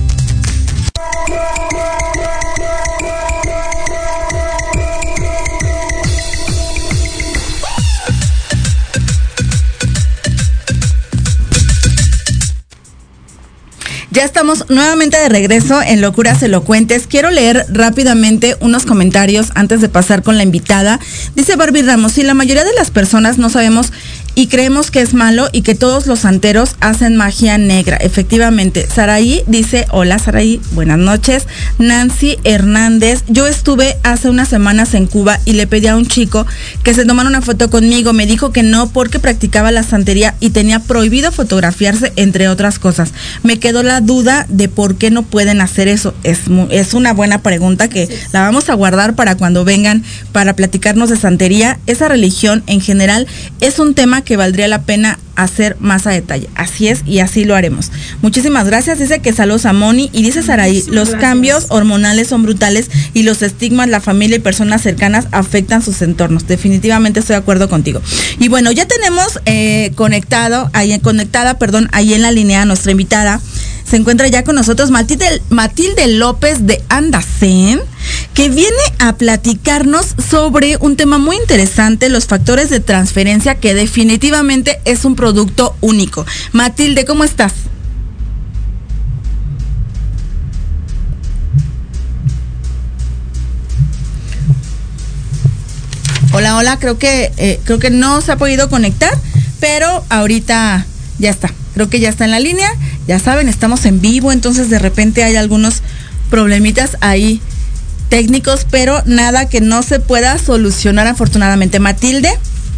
S5: Ya estamos nuevamente de regreso en Locuras Elocuentes. Quiero leer rápidamente unos comentarios antes de pasar con la invitada. Dice Barbie Ramos, si la mayoría de las personas no sabemos y creemos que es malo y que todos los santeros hacen magia negra. Efectivamente. Saraí dice, hola Saraí, buenas noches. Nancy Hernández, yo estuve hace unas semanas en Cuba y le pedí a un chico que se tomara una foto conmigo. Me dijo que no porque practicaba la santería y tenía prohibido fotografiarse, entre otras cosas. Me quedó la duda de por qué no pueden hacer eso. Es, mu- es una buena pregunta que sí, la vamos a guardar para cuando vengan para platicarnos de santería. Esa religión en general es un tema tema que valdría la pena hacer más a detalle. Así es, y así lo haremos. Muchísimas gracias. Dice que saludos a Moni. Y dice Saraí, los gracias. Cambios hormonales son brutales y los estigmas, la familia y personas cercanas afectan sus entornos. Definitivamente estoy de acuerdo contigo. Y bueno, ya tenemos eh, conectado, ahí conectada, perdón, ahí en la línea nuestra invitada. Se encuentra ya con nosotros Matilde, Matilde López de Andacén, que viene a platicarnos sobre un tema muy interesante, los factores de transferencia, que definitivamente es un producto único. Matilde, ¿cómo estás? Hola, hola, creo que eh, creo que no se ha podido conectar, pero ahorita ya está. Creo que ya está en la línea. Ya saben, estamos en vivo, entonces de repente hay algunos problemitas ahí técnicos, pero nada que no se pueda solucionar afortunadamente. Matilde.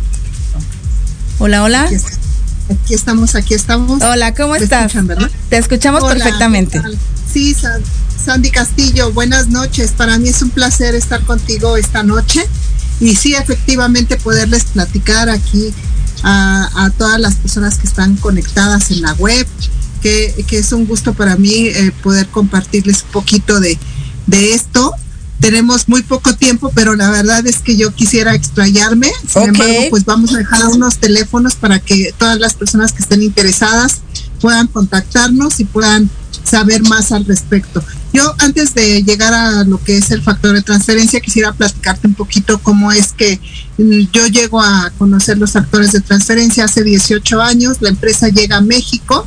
S5: Hola, hola.
S9: Aquí, está. aquí estamos, aquí estamos.
S5: Hola, ¿cómo estás?
S9: Escuchan, ¿verdad?
S5: Te escuchamos hola, perfectamente.
S9: Sí, Sandy Castillo, buenas noches. Para mí es un placer estar contigo esta noche y sí, efectivamente, poderles platicar aquí a, a todas las personas que están conectadas en la web, que, que es un gusto para mí eh, poder compartirles un poquito de, de esto. Tenemos muy poco tiempo, pero la verdad es que yo quisiera explayarme. Sin okay. embargo, pues vamos a dejar unos teléfonos para que todas las personas que estén interesadas puedan contactarnos y puedan saber más al respecto. Yo, antes de llegar a lo que es el factor de transferencia, quisiera platicarte un poquito cómo es que yo llego a conocer los factores de transferencia. Hace dieciocho años, la empresa llega a México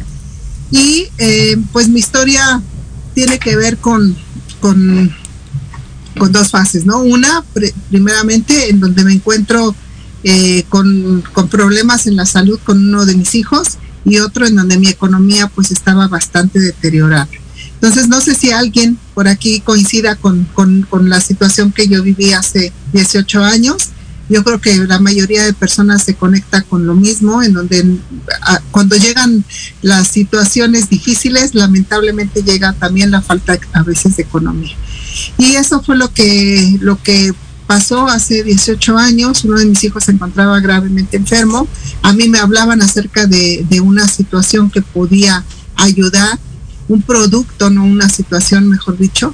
S9: y eh, pues mi historia tiene que ver con, con, con dos fases, ¿no? Una, pr- primeramente, en donde me encuentro eh, con, con problemas en la salud con uno de mis hijos, y otro en donde mi economía pues estaba bastante deteriorada. Entonces no sé si alguien por aquí coincida con, con, con la situación que yo viví hace dieciocho años. Yo creo que la mayoría de personas se conecta con lo mismo, en donde a, cuando llegan las situaciones difíciles, lamentablemente llega también la falta a veces de economía. Y eso fue lo que, lo que pasó hace dieciocho años. Uno de mis hijos se encontraba gravemente enfermo. A mí me hablaban acerca de, de una situación que podía ayudar, un producto, no una situación, mejor dicho.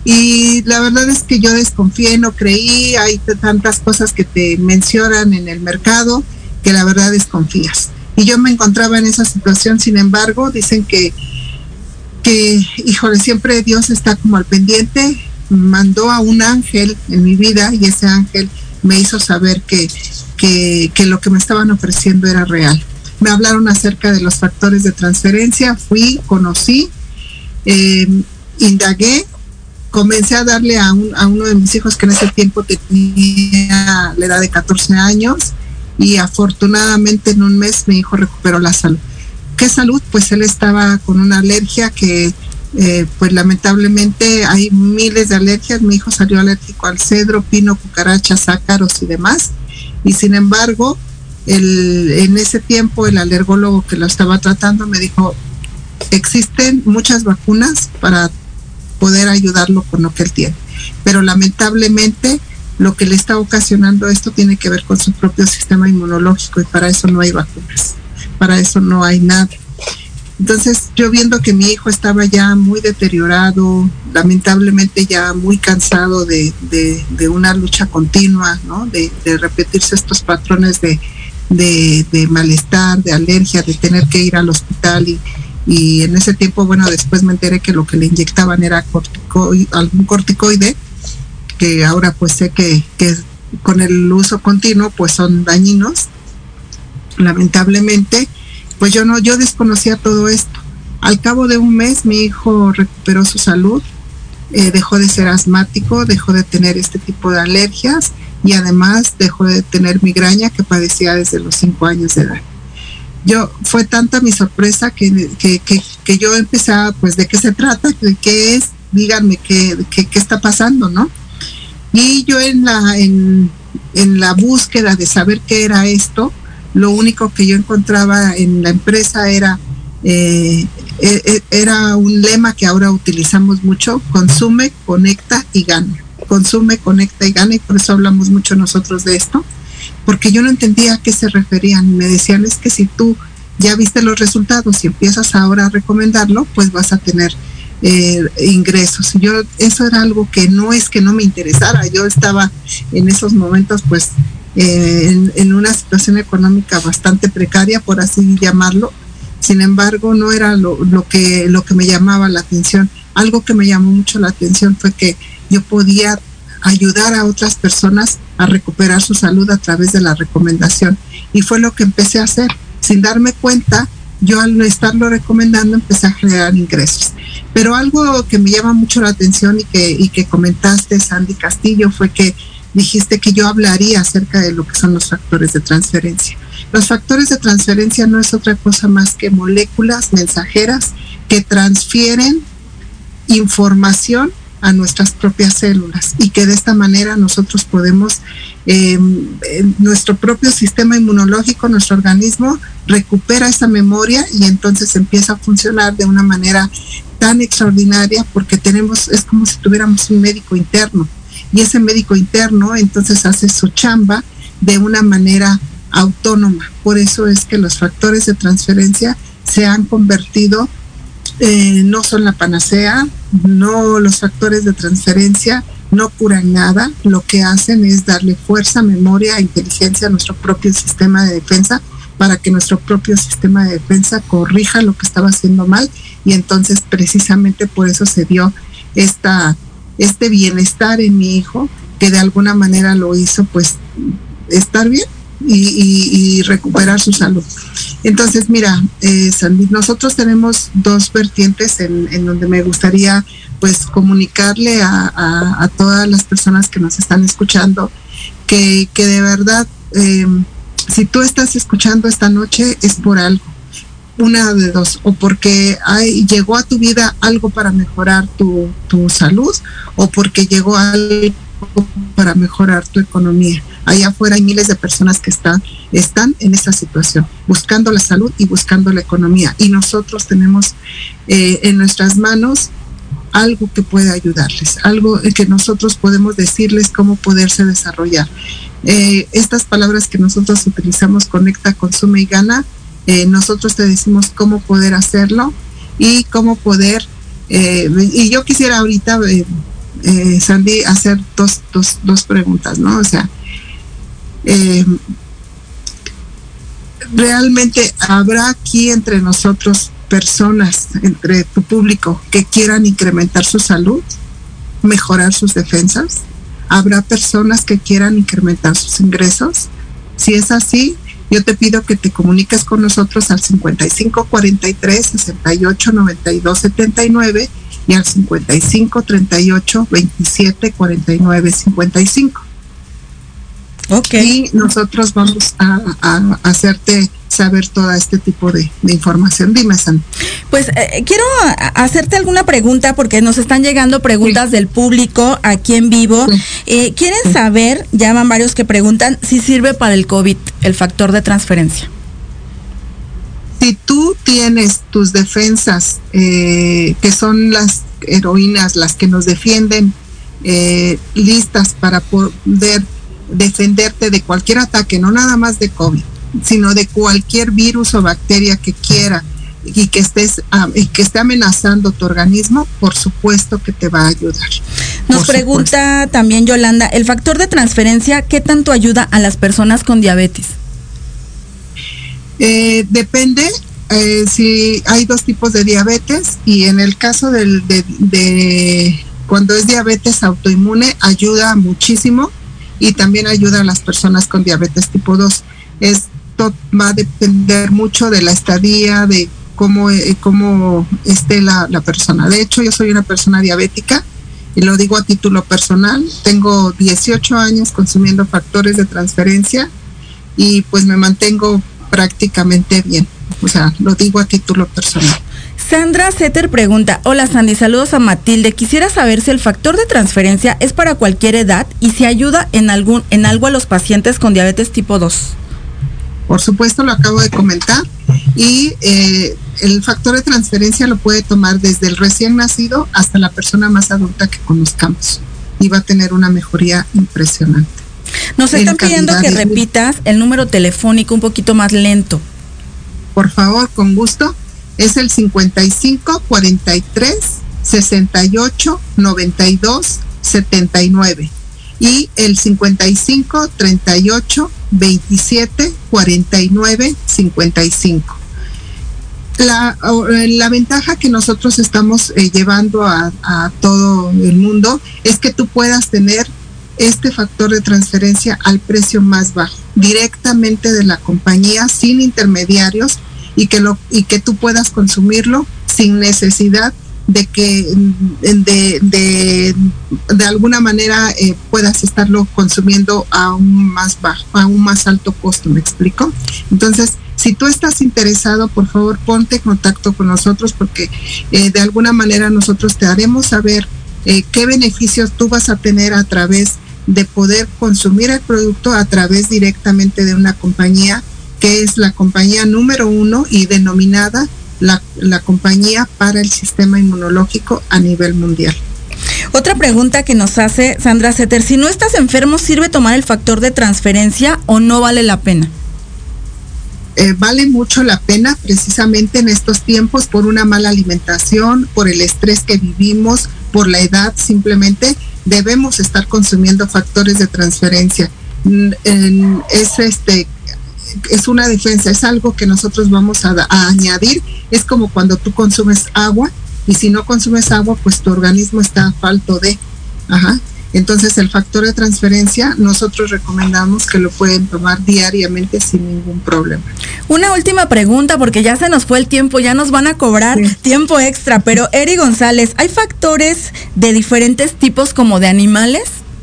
S9: Y la verdad es que yo desconfié, no creí. Hay t- tantas cosas que te mencionan en el mercado que la verdad desconfías. Y yo me encontraba en esa situación. Sin embargo, dicen que, que híjole, siempre Dios está como al pendiente. Mandó a un ángel en mi vida y ese ángel me hizo saber que, que, que lo que me estaban ofreciendo era real. Me hablaron acerca de los factores de transferencia, fui, conocí, eh, indagué, comencé a darle a, un, a uno de mis hijos que en ese tiempo tenía la edad de catorce años y afortunadamente en un mes mi hijo recuperó la salud. ¿Qué salud? Pues él estaba con una alergia que Eh, pues lamentablemente hay miles de alergias. Mi hijo salió alérgico al cedro, pino, cucarachas, ácaros y demás, y sin embargo el, en ese tiempo el alergólogo que lo estaba tratando me dijo, existen muchas vacunas para poder ayudarlo con lo que él tiene, pero lamentablemente lo que le está ocasionando esto tiene que ver con su propio sistema inmunológico y para eso no hay vacunas, para eso no hay nada. Entonces, yo viendo que mi hijo estaba ya muy deteriorado, lamentablemente ya muy cansado de, de, de una lucha continua, ¿no? De, de repetirse estos patrones de, de, de malestar, de alergia, de tener que ir al hospital y, y en ese tiempo, bueno, después me enteré que lo que le inyectaban era corticoide, algún corticoide, que ahora pues sé que, que con el uso continuo pues son dañinos, lamentablemente. Pues yo no, yo desconocía todo esto. Al cabo de un mes mi hijo recuperó su salud, eh, dejó de ser asmático, dejó de tener este tipo de alergias y además dejó de tener migraña que padecía desde los cinco años de edad. Yo, fue tanta mi sorpresa que, que, que, que yo empecé a, pues, ¿de qué se trata? ¿De qué es? Díganme qué, qué, qué está pasando, ¿no? Y yo en la, en, en la búsqueda de saber qué era esto, lo único que yo encontraba en la empresa era eh, era un lema que ahora utilizamos mucho: consume, conecta y gana. Consume, conecta y gana, y por eso hablamos mucho nosotros de esto. porque yo no entendía a qué se referían. Y me decían, es que si tú ya viste los resultados y empiezas ahora a recomendarlo, pues vas a tener eh, ingresos. Y yo, eso era algo que no es que no me interesara, yo estaba en esos momentos pues eh, en, en una situación económica bastante precaria, por así llamarlo. Sin embargo, no era lo, lo que lo que me llamaba la atención. Algo que me llamó mucho la atención fue que yo podía ayudar a otras personas a recuperar su salud a través de la recomendación. Y fue lo que empecé a hacer. Sin darme cuenta, yo al estarlo recomendando empecé a generar ingresos. Pero algo que me llama mucho la atención y que, y que comentaste, Sandy Castillo, fue que dijiste que yo hablaría acerca de lo que son los factores de transferencia. Los factores de transferencia no es otra cosa más que moléculas mensajeras que transfieren información a nuestras propias células y que de esta manera nosotros podemos, eh, nuestro propio sistema inmunológico, nuestro organismo recupera esa memoria y entonces empieza a funcionar de una manera tan extraordinaria porque tenemos, es como si tuviéramos un médico interno y ese médico interno entonces hace su chamba de una manera autónoma. Por eso es que los factores de transferencia se han convertido, eh, no son la panacea, no, los factores de transferencia no curan nada, lo que hacen es darle fuerza, memoria e inteligencia a nuestro propio sistema de defensa para que nuestro propio sistema de defensa corrija lo que estaba haciendo mal y entonces precisamente por eso se dio esta, este bienestar en mi hijo que de alguna manera lo hizo pues estar bien y, y, y recuperar su salud. Entonces mira, eh, Sandy, nosotros tenemos dos vertientes en, en donde me gustaría pues comunicarle a, a, a todas las personas que nos están escuchando que, que de verdad eh, si tú estás escuchando esta noche es por algo, una de dos, o porque hay, llegó a tu vida algo para mejorar tu, tu salud o porque llegó algo para mejorar tu economía. Allá afuera hay miles de personas que están, están en esa situación, buscando la salud y buscando la economía. Y nosotros tenemos eh, en nuestras manos algo que puede ayudarles, algo que nosotros podemos decirles cómo poderse desarrollar. Eh, estas palabras que nosotros utilizamos, conecta, consume y gana, eh, nosotros te decimos cómo poder hacerlo y cómo poder, eh, y yo quisiera ahorita, eh, eh, Sandy, hacer dos, dos, dos preguntas, ¿no? O sea, eh, realmente habrá aquí entre nosotros personas, entre tu público, que quieran incrementar su salud, mejorar sus defensas. Habrá personas que quieran incrementar sus ingresos. Si es así, yo te pido que te comuniques con nosotros al cincuenta y cinco cuarenta y tres sesenta y ocho noventa y dos setenta y nueve y al cincuenta y cinco treinta y ocho veintisiete cuarenta y nueve cincuenta y cinco. Okay. Y nosotros vamos a, a, a hacerte saber todo este tipo de, de información. Dime, San.
S5: Pues eh, quiero hacerte alguna pregunta porque nos están llegando preguntas sí. del público aquí en vivo. Sí. Eh, quieren sí. saber, ya van varios que preguntan, si sirve para el COVID el factor de transferencia.
S9: Si tú tienes tus defensas, eh, que son las heroínas, las que nos defienden, eh, listas para poder defenderte de cualquier ataque, no nada más de COVID, sino de cualquier virus o bacteria que quiera y que estés um, y que esté amenazando tu organismo, por supuesto que te va a ayudar.
S5: Nos pregunta supuesto. también Yolanda, ¿el factor de transferencia qué tanto ayuda a las personas con diabetes?
S9: Eh, depende, eh, si hay dos tipos de diabetes y en el caso del, de, de cuando es diabetes autoinmune ayuda muchísimo y también ayuda a las personas con diabetes tipo dos. Esto va a depender mucho de la estadía, de cómo, eh, cómo esté la, la persona. De hecho, yo soy una persona diabética y lo digo a título personal. Tengo dieciocho años consumiendo factores de transferencia y pues me mantengo prácticamente bien. O sea, lo digo a título personal.
S5: Sandra Setter pregunta, hola Sandy, saludos a Matilde, quisiera saber si el factor de transferencia es para cualquier edad y si ayuda en algún en algo a los pacientes con diabetes tipo dos.
S9: Por supuesto, lo acabo de comentar y eh, el factor de transferencia lo puede tomar desde el recién nacido hasta la persona más adulta que conozcamos y va a tener una mejoría impresionante.
S5: Nos
S9: en
S5: están pidiendo que
S9: calidad de-
S5: repitas el número telefónico un poquito más lento.
S9: Por favor, con gusto. Es el cincuenta y cinco, cuarenta y tres, sesenta y ocho, noventa y dos, setenta y nueve. Y el cincuenta y cinco, treinta y ocho, veintisiete, cuarenta y nueve, cincuenta y cinco. La, la ventaja que nosotros estamos eh, llevando a, a todo el mundo es que tú puedas tener este factor de transferencia al precio más bajo, directamente de la compañía, sin intermediarios, y que lo y que tú puedas consumirlo sin necesidad de que de, de, de alguna manera eh, puedas estarlo consumiendo a un más bajo, a un más alto costo, ¿me explico? Entonces, si tú estás interesado, por favor, ponte en contacto con nosotros, porque eh, de alguna manera nosotros te haremos saber eh, qué beneficios tú vas a tener a través de poder consumir el producto a través directamente de una compañía que es la compañía número uno y denominada la, la compañía para el sistema inmunológico a nivel mundial.
S5: Otra pregunta que nos hace Sandra Setter: si no estás enfermo, ¿sirve tomar el factor de transferencia o no vale la pena?
S9: Eh, vale mucho la pena, precisamente en estos tiempos, por una mala alimentación, por el estrés que vivimos, por la edad. Simplemente debemos estar consumiendo factores de transferencia. Mm, en- es este es una defensa, es algo que nosotros vamos a, a añadir. Es como cuando tú consumes agua, y si no consumes agua, pues tu organismo está falto de, ajá. Entonces el factor de transferencia nosotros recomendamos que lo pueden tomar diariamente sin ningún problema.
S5: Una última pregunta, porque ya se nos fue el tiempo, ya nos van a cobrar
S9: Sí.
S5: tiempo extra, pero Eri González, ¿hay factores de diferentes tipos como de animales?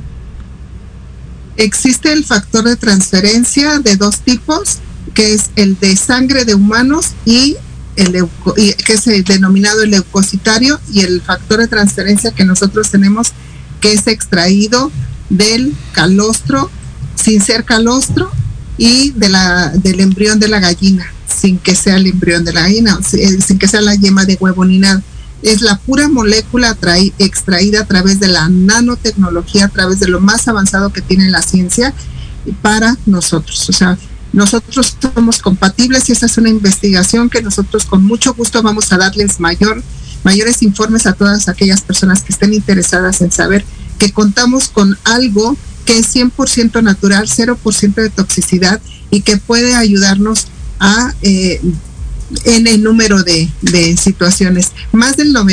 S9: Existe el factor de transferencia de dos tipos, que es el de sangre de humanos y el leuco- y que es el denominado el leucocitario, y el factor de transferencia que nosotros tenemos, que es extraído del calostro, sin ser calostro, y de la del embrión de la gallina, sin que sea el embrión de la gallina, sin sin que sea la yema de huevo ni nada. Es la pura molécula traí- extraída a través de la nanotecnología, a través de lo más avanzado que tiene la ciencia para nosotros. O sea, nosotros somos compatibles, y esa es una investigación que nosotros con mucho gusto vamos a darles mayor, mayores informes a todas aquellas personas que estén interesadas en saber que contamos con algo que es cien por ciento natural, cero por ciento de toxicidad, y que puede ayudarnos a... Eh, en el número de, de situaciones. Más del noventa